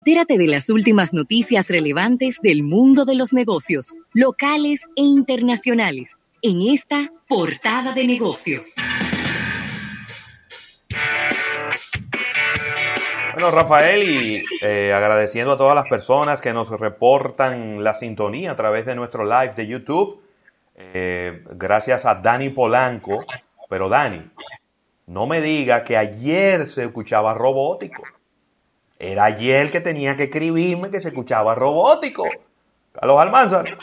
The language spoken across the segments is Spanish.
Entérate de las últimas noticias relevantes del mundo de los negocios, locales e internacionales, en esta Portada de Negocios. Bueno, Rafael, y agradeciendo a todas las personas que nos reportan la sintonía a través de nuestro live de YouTube. Gracias a Dani Polanco. Pero Dani, no me diga que ayer se escuchaba robótico. Era ayer que tenía que escribirme que se escuchaba robótico. Carlos Almanzar.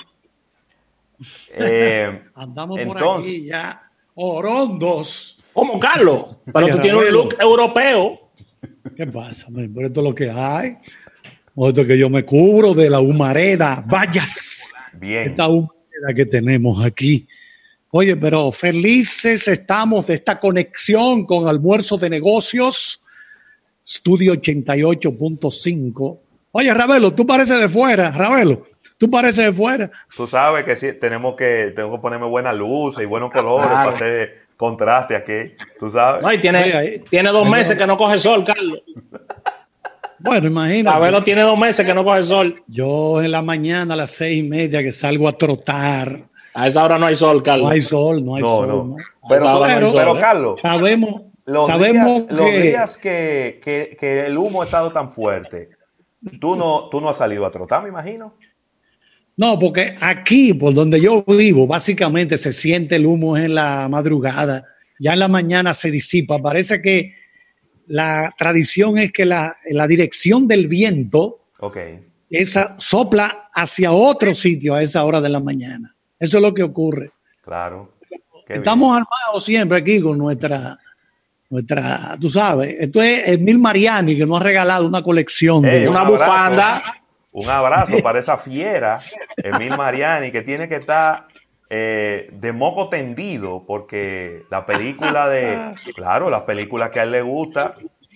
Andamos entonces, por aquí ya orondos. ¿Cómo, Carlos? Pero tú tienes un look europeo. ¿Qué pasa, man? Pero esto es lo que hay. Esto que yo me cubro de la humareda. Vayas. Bien. Esta humareda que tenemos aquí. Oye, pero felices estamos de esta conexión con Almuerzo de Negocios. Estudio 88.5. Oye, Ravelo, tú pareces de fuera. Ravelo, tú pareces de fuera. Tú sabes que sí, tengo que ponerme buena luz y buenos colores para hacer contraste aquí. Tú sabes. No, y tiene 2 meses que no coge sol, Carlos. Bueno, imagínate. Ravelo tiene 2 meses que no coge sol. Yo en la mañana a las 6:30 que salgo a trotar. A esa hora no hay sol, Carlos. No hay sol, no hay sol. No. Pero Carlos, sabemos los días que el humo ha estado tan fuerte, tú no has salido a trotar, me imagino. No, porque aquí, por donde yo vivo, básicamente se siente el humo en la madrugada. Ya en la mañana se disipa. Parece que la tradición es que la dirección del viento esa sopla hacia otro sitio a esa hora de la mañana. Eso es lo que ocurre. Claro. Estamos armados siempre aquí con nuestra, tú sabes, esto es Emil Mariani que nos ha regalado una colección de una bufanda. Un abrazo para esa fiera, Emil Mariani, que tiene que estar de moco tendido porque la película las películas que a él le gusta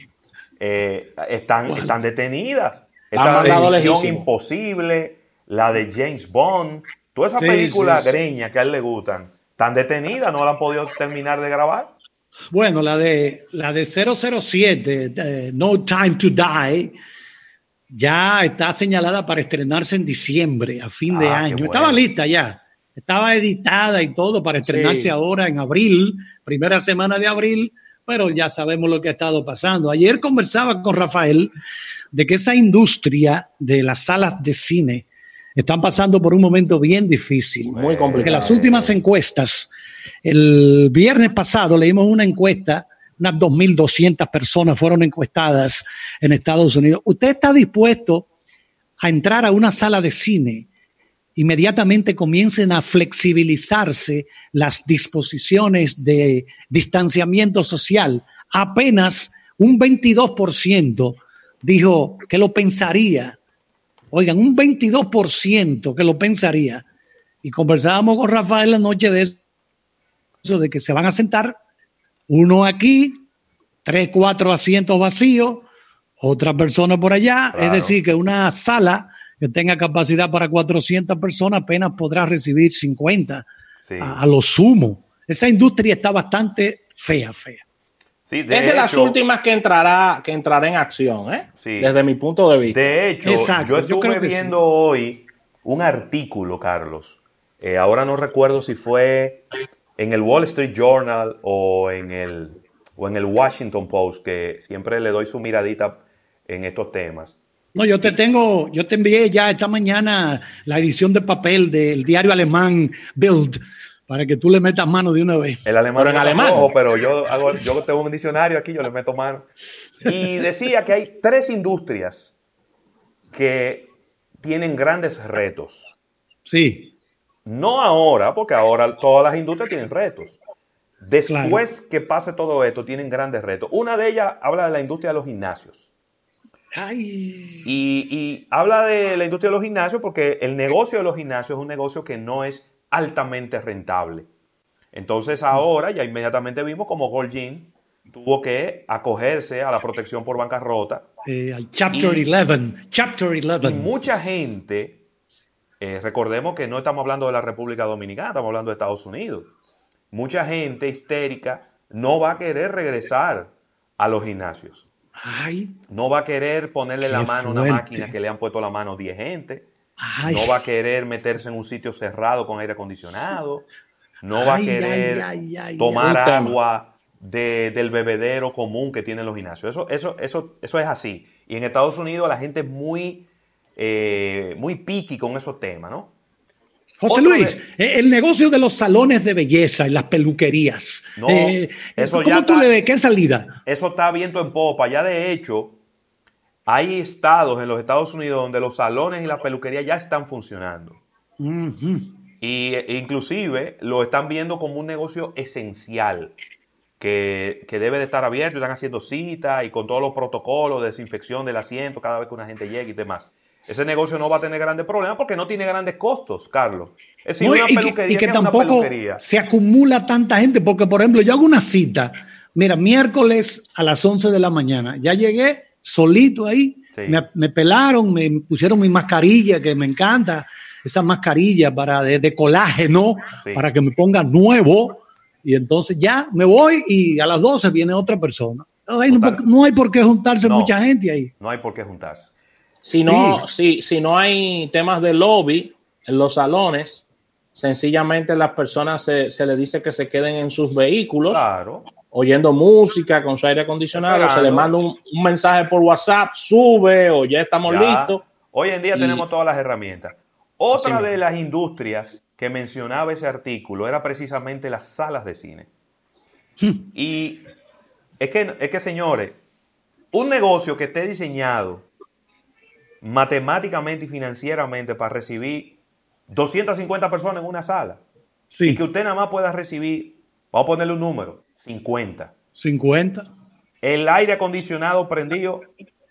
están detenidas. Esta Misión Imposible, la de James Bond, todas esas películas greñas que a él le gustan, están detenidas, no la han podido terminar de grabar. Bueno, la de 007, No Time to Die, ya está señalada para estrenarse en diciembre, a fin de año. Bueno. Estaba lista ya, estaba editada y todo para estrenarse ahora en abril, primera semana de abril, pero ya sabemos lo que ha estado pasando. Ayer conversaba con Rafael de que esa industria de las salas de cine están pasando por un momento bien difícil. Muy complicado. Porque las últimas encuestas, el viernes pasado leímos una encuesta, unas 2.200 personas fueron encuestadas en Estados Unidos. ¿Usted está dispuesto a entrar a una sala de cine? Inmediatamente comiencen a flexibilizarse las disposiciones de distanciamiento social. Apenas un 22% dijo que lo pensaría. Oigan, un 22% que lo pensaría. Y conversábamos con Rafael la noche de eso, de que se van a sentar uno aquí, 3, 4 asientos vacíos, otra persona por allá. Claro. Es decir, que una sala que tenga capacidad para 400 personas apenas podrá recibir 50 a lo sumo. Esa industria está bastante fea. Sí, es de las últimas que entrará en acción, desde mi punto de vista. De hecho, yo estuve viendo hoy un artículo, Carlos. Ahora no recuerdo si fue en el Wall Street Journal o en el Washington Post, que siempre le doy su miradita en estos temas. No, yo te envié ya esta mañana la edición de papel del diario alemán Bild, para que tú le metas mano de una vez. El alemán, pero en alemán. Rojo, pero yo tengo un diccionario aquí, yo le meto mano. Y decía que hay 3 industrias que tienen grandes retos. Sí. No ahora, porque ahora todas las industrias tienen retos. Después que pase todo esto, tienen grandes retos. Una de ellas habla de la industria de los gimnasios. Y habla de la industria de los gimnasios porque el negocio de los gimnasios es un negocio que no es altamente rentable. Entonces ahora ya inmediatamente vimos como Gold Gym tuvo que acogerse a la protección por bancarrota. Al Chapter 11. Y mucha gente, recordemos que no estamos hablando de la República Dominicana, estamos hablando de Estados Unidos. Mucha gente histérica no va a querer regresar a los gimnasios. No va a querer ponerle la mano a una máquina que le han puesto la mano 10 gente. No va a querer meterse en un sitio cerrado con aire acondicionado. No va a querer tomar agua del bebedero común que tienen los gimnasios. Eso es así. Y en Estados Unidos la gente es muy picky con esos temas, ¿no? José Luis, el negocio de los salones de belleza y las peluquerías. No, ¿cómo tú le ves? ¿Qué salida? Eso está viento en popa. Ya de hecho, hay estados en los Estados Unidos donde los salones y las peluquerías ya están funcionando. Y inclusive lo están viendo como un negocio esencial que debe de estar abierto. Están haciendo citas y con todos los protocolos de desinfección del asiento cada vez que una gente llegue y demás. Ese negocio no va a tener grandes problemas porque no tiene grandes costos, Carlos. Es decir, una peluquería que tampoco se acumula tanta gente. Porque, por ejemplo, yo hago una cita. Mira, miércoles a las 11 de la mañana. Ya llegué solito ahí. Sí. Me pelaron, me pusieron mi mascarilla, que me encanta. Esa mascarilla de colágeno, para que me ponga nuevo. Y entonces ya me voy y a las 12 viene otra persona. No hay por qué juntarse mucha gente ahí. No hay por qué juntarse. Si no hay temas de lobby en los salones, sencillamente las personas se les dice que se queden en sus vehículos, oyendo música con su aire acondicionado, se les manda un mensaje por WhatsApp, sube o ya estamos listos. Hoy en día tenemos todas las herramientas. Otra de las industrias que mencionaba ese artículo era precisamente las salas de cine. Y es que, señores, un negocio que esté diseñado matemáticamente y financieramente para recibir 250 personas en una sala y que usted nada más pueda recibir, vamos a ponerle un número, 50. El aire acondicionado prendido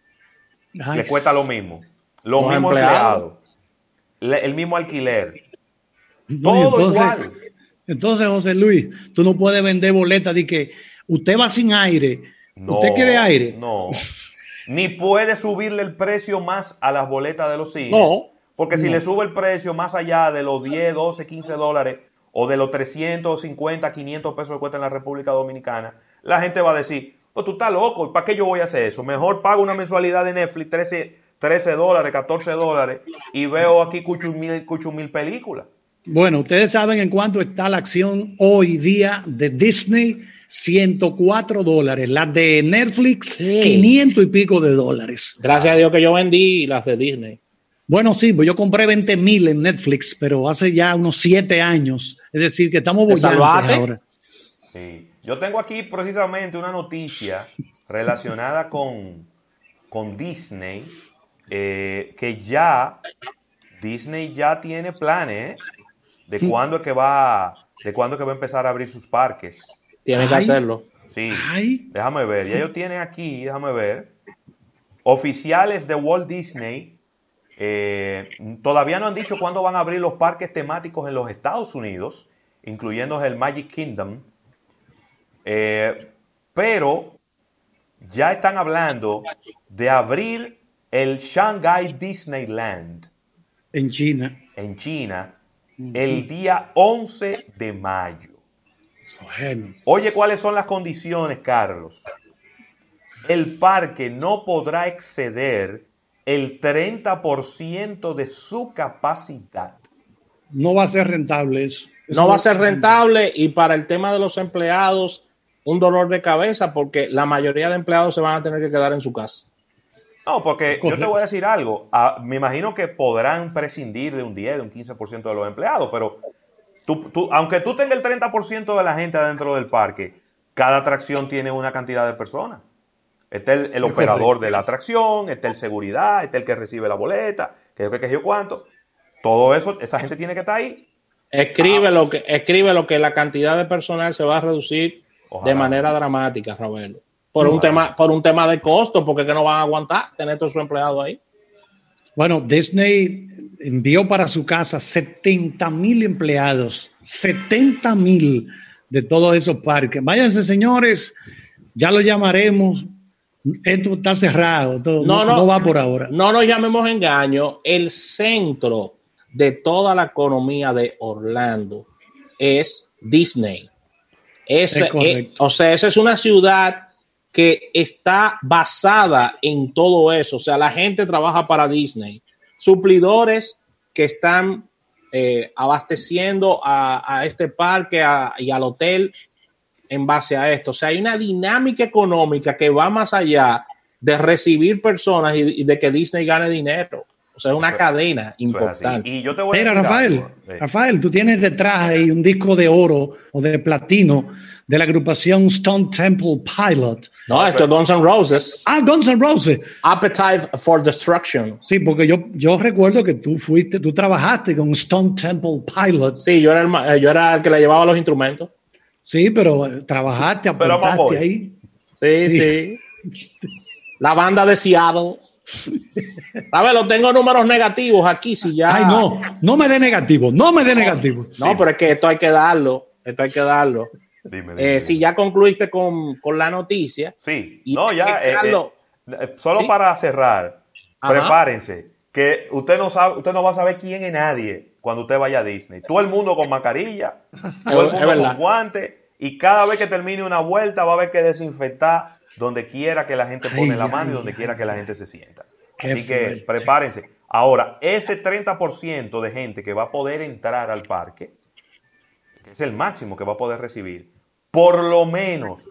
le cuesta lo mismo. Los mismos empleados. El mismo alquiler. Todo igual. Entonces, José Luis, tú no puedes vender boletas de que usted va sin aire. ¿Usted quiere aire? No. Ni puede subirle el precio más a las boletas de los cines. Porque si le sube el precio más allá de los 10, 12, 15 dólares o de los 350, 500 pesos que cuesta en la República Dominicana, la gente va a decir, pues tú estás loco, ¿para qué yo voy a hacer eso? Mejor pago una mensualidad de Netflix, 13 dólares, 14 dólares y veo aquí cuchumil películas. Bueno, ustedes saben en cuánto está la acción hoy día de Disney. $104. Las de Netflix, 500 y pico de dólares. Gracias a Dios que yo vendí las de Disney. Bueno, sí, pues yo compré 20,000 en Netflix, pero hace ya unos 7 años. Es decir, que estamos bollantes ahora. Sí. Yo tengo aquí precisamente una noticia relacionada con Disney, que Disney ya tiene planes de cuándo es que va a empezar a abrir sus parques. Tiene que hacerlo. Sí, déjame ver. Ya ellos tienen aquí, déjame ver. Oficiales de Walt Disney todavía no han dicho cuándo van a abrir los parques temáticos en los Estados Unidos, incluyendo el Magic Kingdom. Pero ya están hablando de abrir el Shanghai Disneyland. En China. El día 11 de mayo. Bueno. Oye, ¿cuáles son las condiciones, Carlos? El parque no podrá exceder el 30% de su capacidad. No va a ser rentable eso. No va a ser rentable, y para el tema de los empleados, un dolor de cabeza, porque la mayoría de empleados se van a tener que quedar en su casa. No, porque yo te voy a decir algo. Me imagino que podrán prescindir de un 10, de un 15% de los empleados, pero aunque tú tengas el 30% de la gente adentro del parque, cada atracción tiene una cantidad de personas. Está el operador de la atracción, está el seguridad, está el que recibe la boleta, que yo cuánto. Todo eso, esa gente tiene que estar ahí. Escribe lo que la cantidad de personal se va a reducir de manera dramática, Roberto. Por un tema de costo, porque que no van a aguantar tener todos sus empleados ahí. Bueno, Disney envió para su casa 70,000 empleados, 70,000 de todos esos parques. Váyanse, señores, ya lo llamaremos. Esto está cerrado, no va por ahora. No nos llamemos engaño. El centro de toda la economía de Orlando es Disney. Esa es una ciudad que está basada en todo eso. O sea, la gente trabaja para Disney. Suplidores que están abasteciendo a este parque y al hotel en base a esto. O sea, hay una dinámica económica que va más allá de recibir personas y de que Disney gane dinero. O sea, es una cadena importante. Y yo te voy a decir Rafael, tú tienes detrás ahí un disco de oro o de platino de la agrupación Stone Temple Pilot. No, esto es Guns N' Roses. Guns N' Roses. Appetite for Destruction. Sí, porque yo recuerdo que tú trabajaste con Stone Temple Pilot. Sí, yo era el que le llevaba los instrumentos. Sí, pero trabajaste, aportaste ahí. Sí. La banda de Seattle. A ver, tengo números negativos aquí. Si ya... Ay, no me dé negativo. No, pero es que esto hay que darlo. Dime. Si ya concluiste con la noticia. Sí, solo para cerrar, prepárense, que usted no va a saber quién es nadie cuando usted vaya a Disney. Todo el mundo con mascarilla, todo el mundo con guantes, y cada vez que termine una vuelta va a haber que desinfectar donde quiera que la gente pone la mano y donde quiera que la gente se sienta. Así que prepárense. Ahora, ese 30% de gente que va a poder entrar al parque, que es el máximo que va a poder recibir, por lo menos,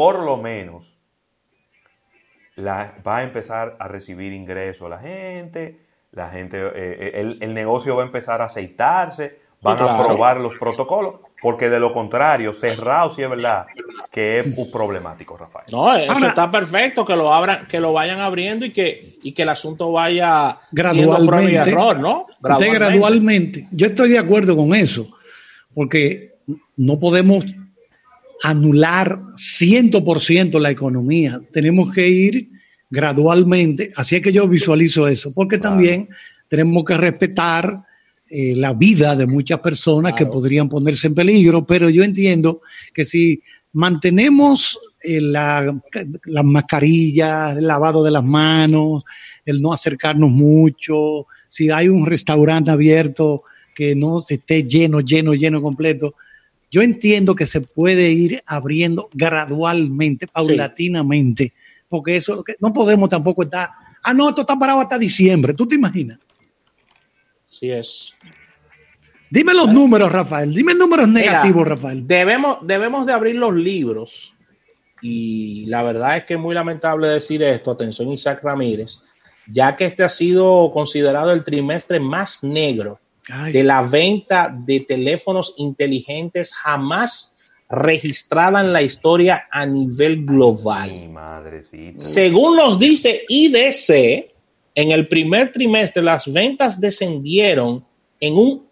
va a empezar a recibir ingresos la gente, el negocio va a empezar a aceitarse, van a probar los protocolos, porque de lo contrario, cerrado, sí es verdad que es problemático, Rafael. No, eso está perfecto, que lo abran, que lo vayan abriendo y que el asunto vaya gradualmente, prueba y error, ¿no? Gradualmente. Yo estoy de acuerdo con eso, porque no podemos anular 100% la economía. Tenemos que ir gradualmente. Así es que yo visualizo eso, porque también tenemos que respetar la vida de muchas personas que podrían ponerse en peligro, pero yo entiendo que si mantenemos las mascarillas, el lavado de las manos, el no acercarnos mucho, si hay un restaurante abierto que no esté lleno completo, yo entiendo que se puede ir abriendo gradualmente, paulatinamente, porque eso no podemos tampoco estar, esto está parado hasta diciembre, ¿tú te imaginas? Sí es. Dime los números, Rafael. Dime números negativos, Rafael. Debemos de abrir los libros y la verdad es que es muy lamentable decir esto. Atención, Isaac Ramírez, ya que este ha sido considerado el trimestre más negro de la venta de teléfonos inteligentes jamás registrada en la historia a nivel global. Mi madrecita. Según nos dice IDC, en el primer trimestre las ventas descendieron en un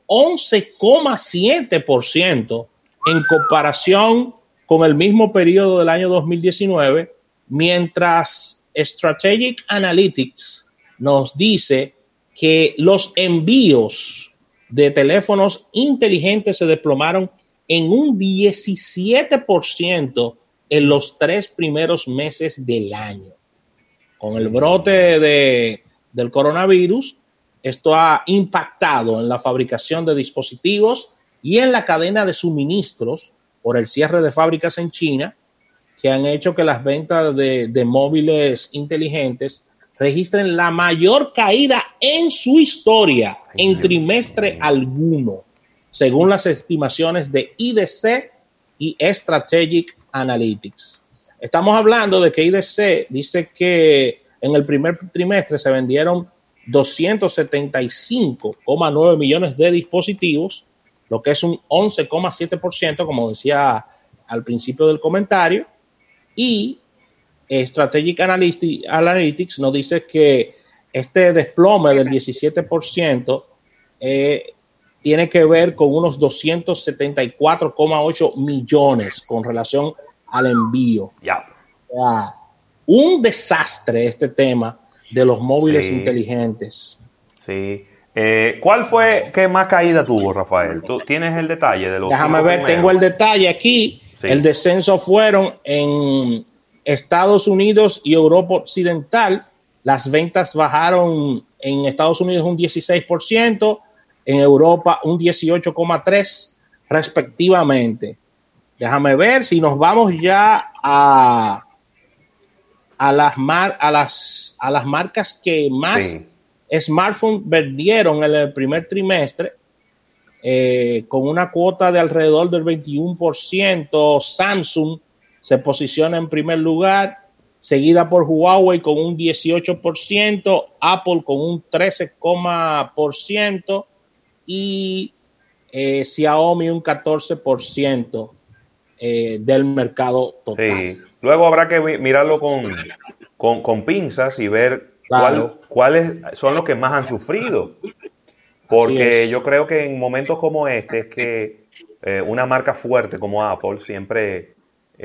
11,7% en comparación con el mismo periodo del año 2019, mientras Strategic Analytics nos dice que los envíos de teléfonos inteligentes se desplomaron en un 17% en los 3 primeros meses del año. Con el brote del coronavirus, esto ha impactado en la fabricación de dispositivos y en la cadena de suministros por el cierre de fábricas en China, que han hecho que las ventas de móviles inteligentes registren la mayor caída en su historia en trimestre alguno, según las estimaciones de IDC y Strategic Analytics. Estamos hablando de que IDC dice que en el primer trimestre se vendieron 275,9 millones de dispositivos, lo que es un 11,7%, como decía al principio del comentario, y Strategic Analytics nos dice que este desplome del 17% tiene que ver con unos 274,8 millones con relación al envío. Un desastre este tema de los móviles inteligentes. Sí. ¿Cuál fue, qué más caída tuvo, Rafael? ¿Tú tienes el detalle de los? Déjame ver, primeros. Tengo el detalle aquí. Sí. El descenso fueron en Estados Unidos y Europa Occidental. Las ventas bajaron en Estados Unidos un 16%, en Europa un 18,3% respectivamente. Déjame ver si nos vamos ya a a las marcas que más smartphones vendieron en el primer trimestre, con una cuota de alrededor del 21%. Samsung se posiciona en primer lugar, seguida por Huawei con un 18%, Apple con un 13% y Xiaomi un 14% del mercado total. Sí. Luego habrá que mirarlo con pinzas y ver cuáles son los que más han sufrido. Porque yo creo que en momentos como este es que una marca fuerte como Apple siempre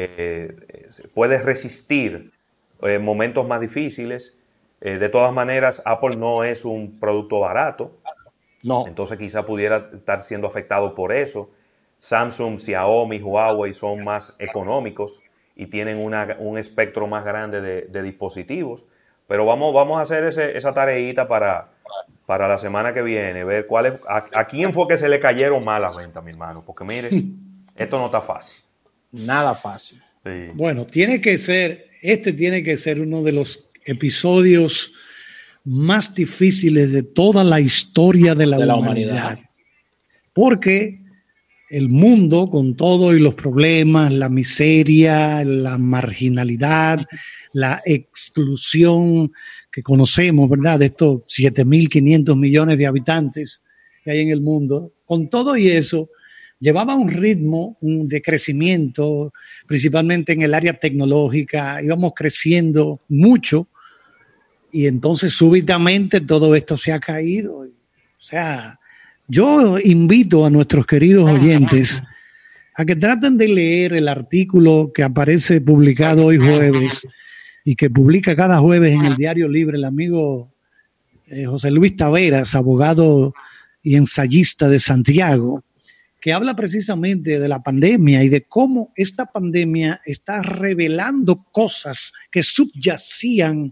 puede resistir momentos más difíciles. De todas maneras, Apple no es un producto barato. No. Entonces quizá pudiera estar siendo afectado por eso. Samsung, Xiaomi, Huawei son más económicos y tienen un espectro más grande de dispositivos. Pero vamos a hacer esa tareita para la semana que viene, ver a quién fue que se le cayeron mal las ventas, mi hermano. Porque mire, esto no está fácil. Nada fácil. Sí. Bueno, tiene que ser uno de los episodios más difíciles de toda la historia de la humanidad. Porque el mundo, con todo y los problemas, la miseria, la marginalidad, la exclusión que conocemos, ¿verdad? De estos 7.500 millones de habitantes que hay en el mundo, con todo y eso, llevaba un ritmo de crecimiento, principalmente en el área tecnológica, íbamos creciendo mucho y entonces súbitamente todo esto se ha caído. O sea, yo invito a nuestros queridos oyentes a que traten de leer el artículo que aparece publicado hoy jueves y que publica cada jueves en el Diario Libre el amigo José Luis Taveras, abogado y ensayista de Santiago, que habla precisamente de la pandemia y de cómo esta pandemia está revelando cosas que subyacían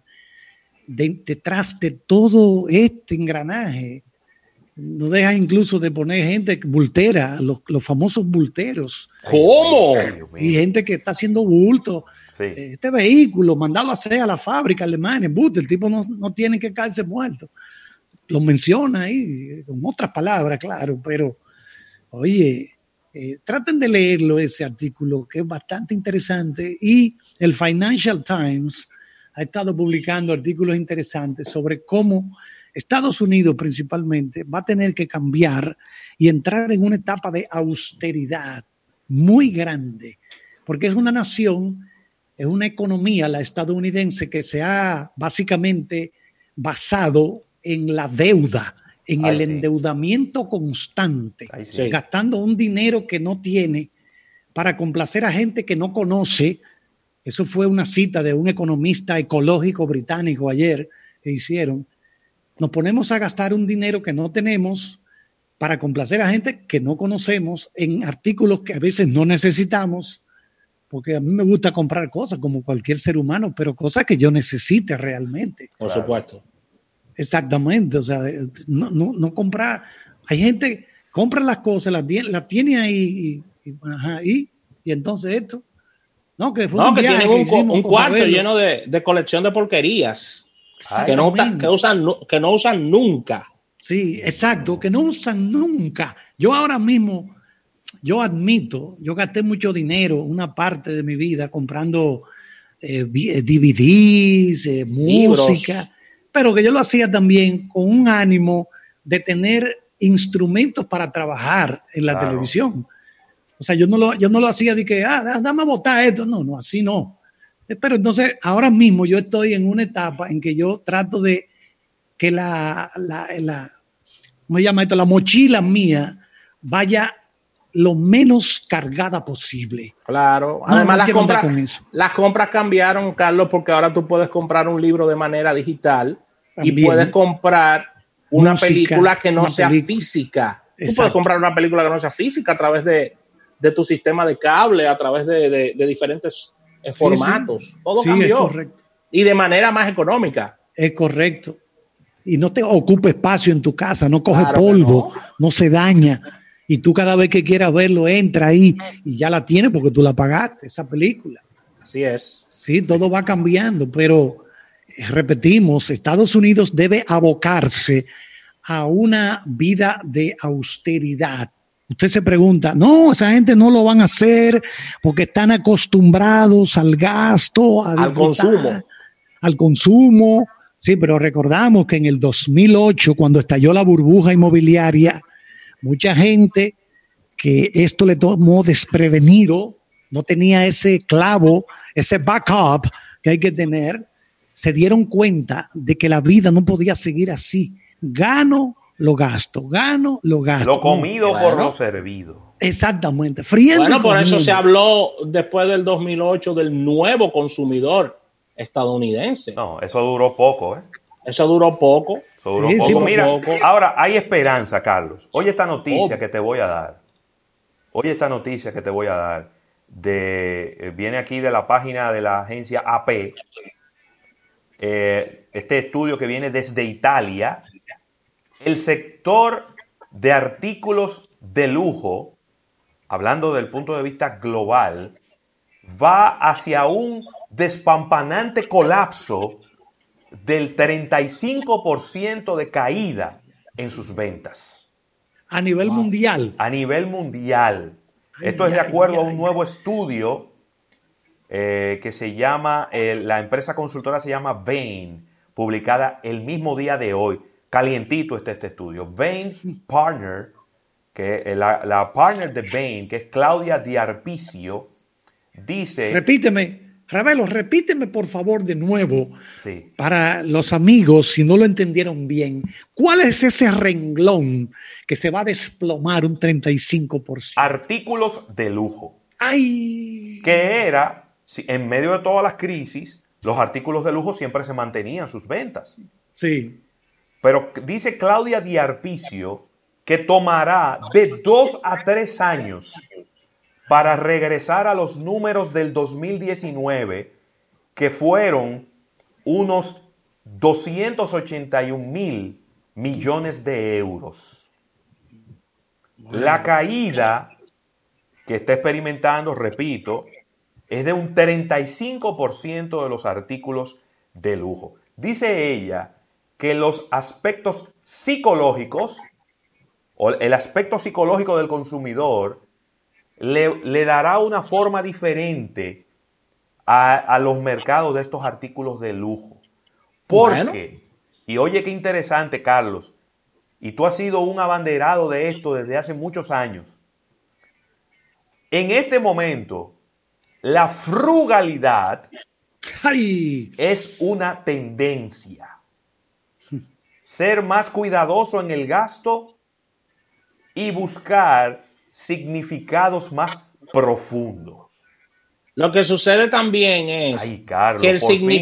detrás de todo este engranaje. No deja incluso de poner gente bultera, los famosos bulteros. ¿Cómo? Y gente que está haciendo bulto. Sí. Este vehículo mandado a hacer a la fábrica alemana, el tipo no tiene que caerse muerto. Lo menciona ahí, con otras palabras, claro, pero oye, traten de leerlo ese artículo que es bastante interesante, y el Financial Times ha estado publicando artículos interesantes sobre cómo Estados Unidos principalmente va a tener que cambiar y entrar en una etapa de austeridad muy grande, porque es una nación, es una economía, la estadounidense, que se ha básicamente basado en la deuda, en el endeudamiento constante, gastando un dinero que no tiene para complacer a gente que no conoce. Eso fue una cita de un economista ecológico británico ayer que hicieron. Nos ponemos a gastar un dinero que no tenemos para complacer a gente que no conocemos en artículos que a veces no necesitamos, porque a mí me gusta comprar cosas como cualquier ser humano, pero cosas que yo necesite realmente. Por supuesto. Exactamente, o sea, no comprar. Hay gente que compra las cosas, las tiene ahí y entonces esto. No, que fue que tienen un cuarto lleno de colección de porquerías que no usan nunca. Sí, exacto, que no usan nunca. Yo ahora mismo, yo admito, yo gasté mucho dinero, una parte de mi vida comprando DVDs, música, pero que yo lo hacía también con un ánimo de tener instrumentos para trabajar en la televisión. O sea, yo no lo hacía de que, dame a botar esto. No, así no. Pero entonces, ahora mismo yo estoy en una etapa en que yo trato de que ¿cómo se llama esto? La mochila mía vaya lo menos cargada posible. Claro. Además, las compras cambiaron, Carlos, porque ahora tú puedes comprar un libro de manera digital también, y puedes comprar una película que no sea física. Exacto. Tú puedes comprar una película que no sea física a través de tu sistema de cable, a través de diferentes formatos. Sí. Todo cambió. Y de manera más económica. Es correcto. Y no te ocupa espacio en tu casa, no coge polvo, no se daña. Y tú cada vez que quieras verlo, entra ahí y ya la tienes porque tú la pagaste, esa película. Así es. Sí, todo va cambiando, pero repetimos, Estados Unidos debe abocarse a una vida de austeridad. Usted se pregunta, no, esa gente no lo van a hacer porque están acostumbrados al gasto, al consumo. Al consumo. Sí, pero recordamos que en el 2008, cuando estalló la burbuja inmobiliaria, mucha gente que esto le tomó desprevenido, no tenía ese clavo, ese backup que hay que tener, se dieron cuenta de que la vida no podía seguir así. Gano, lo gasto, gano, lo gasto. Lo comido por lo servido. Exactamente. Friendo. Bueno, por eso se habló después del 2008 del nuevo consumidor estadounidense. No, eso duró poco, ¿eh? Eso duró poco. Eso duró poco. Sí, mira, poco. Ahora hay esperanza, Carlos. Oye esta noticia que te voy a dar. Viene aquí de la página de la agencia AP. Este estudio que viene desde Italia. El sector de artículos de lujo, hablando del punto de vista global, va hacia un despampanante colapso del 35% de caída en sus ventas. A nivel mundial. A nivel mundial. Esto es de acuerdo a un nuevo estudio que se llama, la empresa consultora se llama Bain, publicada el mismo día de hoy. Calientito está este estudio. Bain Partner, que la partner de Bain, que es Claudia Di Arpicio, dice... Repíteme por favor de nuevo, sí, para los amigos, si no lo entendieron bien, ¿cuál es ese renglón que se va a desplomar un 35%? Artículos de lujo. ¡Ay! Que era, en medio de todas las crisis, los artículos de lujo siempre se mantenían sus ventas. Sí. Pero dice Claudia Di Arpicio que tomará de 2 a 3 años para regresar a los números del 2019, que fueron unos 281.000 millones de euros. La caída que está experimentando, repito, es de un 35% de los artículos de lujo. Dice ella que los aspectos psicológicos, o el aspecto psicológico del consumidor, le dará una forma diferente a los mercados de estos artículos de lujo. Porque, y oye qué interesante, Carlos, y tú has sido un abanderado de esto desde hace muchos años. En este momento, la frugalidad es una tendencia. Ser más cuidadoso en el gasto y buscar significados más profundos. Lo que sucede también es Carlos, que el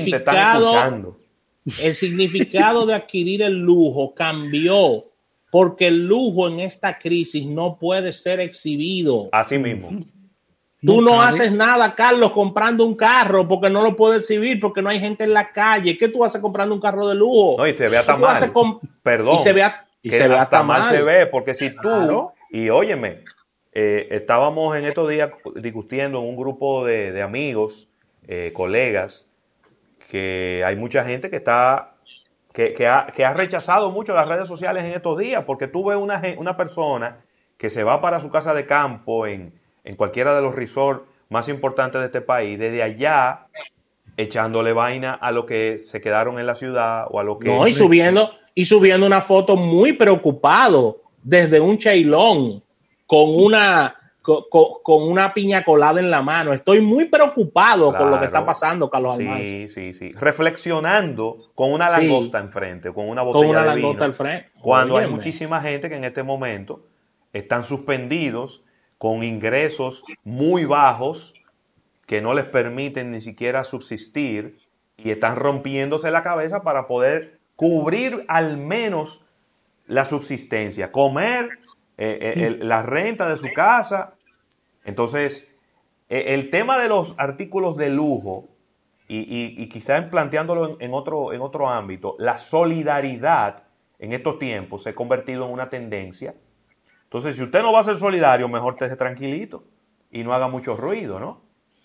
significado de adquirir el lujo cambió, porque el lujo en esta crisis no puede ser exhibido. Así mismo. Tú no haces nada, Carlos, comprando un carro porque no lo puedes exhibir, porque no hay gente en la calle. ¿Qué tú haces comprando un carro de lujo? No, y se ve hasta mal. Perdón. Y se ve hasta mal. Se ve, porque si tú... Claro. Y óyeme, estábamos en estos días discutiendo en un grupo de amigos, colegas, que hay mucha gente que ha rechazado mucho las redes sociales en estos días, porque tú ves una persona que se va para su casa de campo en cualquiera de los resorts más importantes de este país, desde allá echándole vaina a lo que se quedaron en la ciudad o a lo que... No, y subiendo una foto muy preocupado desde un cheilón con una piña colada en la mano. Estoy muy preocupado con lo que está pasando, Carlos Almanzar. Sí. Reflexionando con una langosta enfrente, con una botella de vino. Al frente. Cuando hay muchísima gente que en este momento están suspendidos con ingresos muy bajos que no les permiten ni siquiera subsistir y están rompiéndose la cabeza para poder cubrir al menos la subsistencia, comer la renta de su casa. Entonces, el tema de los artículos de lujo y quizás planteándolo en otro ámbito, la solidaridad en estos tiempos se ha convertido en una tendencia. Entonces, si usted no va a ser solidario, mejor esté tranquilito y no haga mucho ruido, ¿no?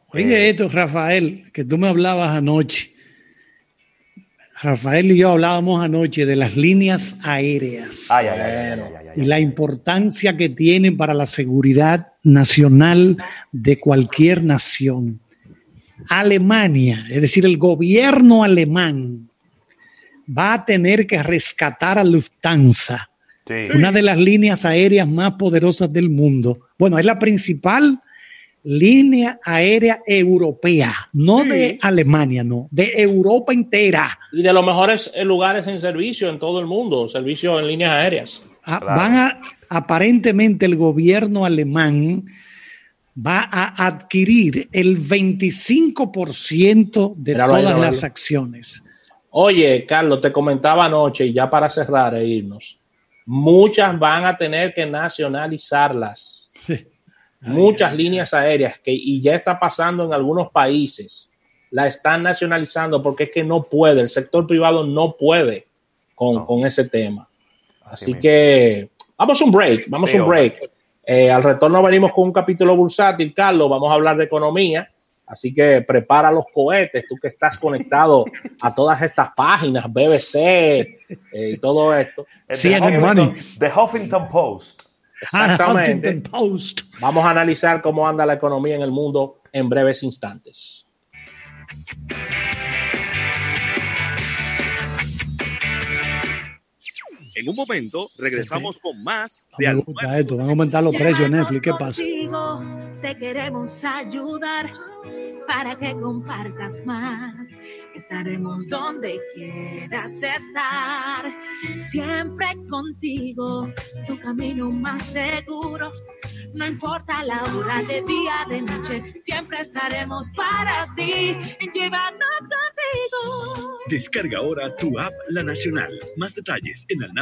Oye, esto, Rafael, que tú me hablabas anoche. Rafael y yo hablábamos anoche de las líneas aéreas y la importancia que tienen para la seguridad nacional de cualquier nación. Alemania, es decir, el gobierno alemán va a tener que rescatar a Lufthansa, una de las líneas aéreas más poderosas del mundo. Bueno, es la principal línea aérea europea, no de Alemania, no, de Europa entera. Y de los mejores lugares en servicio en todo el mundo, servicio en líneas aéreas. Aparentemente el gobierno alemán va a adquirir el 25% de todas las acciones. Oye, Carlos, te comentaba anoche, y ya para cerrar e irnos, muchas van a tener que nacionalizarlas. Muchas líneas aéreas y ya está pasando en algunos países, la están nacionalizando porque es que no puede, el sector privado no puede con ese tema. Así que vamos a un break. Al retorno venimos con un capítulo bursátil, Carlos, vamos a hablar de economía, así que prepara los cohetes, tú que estás conectado a todas estas páginas, BBC y todo esto. The Huffington Post. Exactamente. Vamos a analizar cómo anda la economía en el mundo en breves instantes. En un momento regresamos con más de esto. Van a aumentar los precios en Netflix. ¿Qué pasa? Te queremos ayudar para que compartas más. Estaremos donde quieras estar. Siempre contigo, tu camino más seguro. No importa la hora de día, de noche, siempre estaremos para ti. Llévanos contigo. Descarga ahora tu app La Nacional. Más detalles en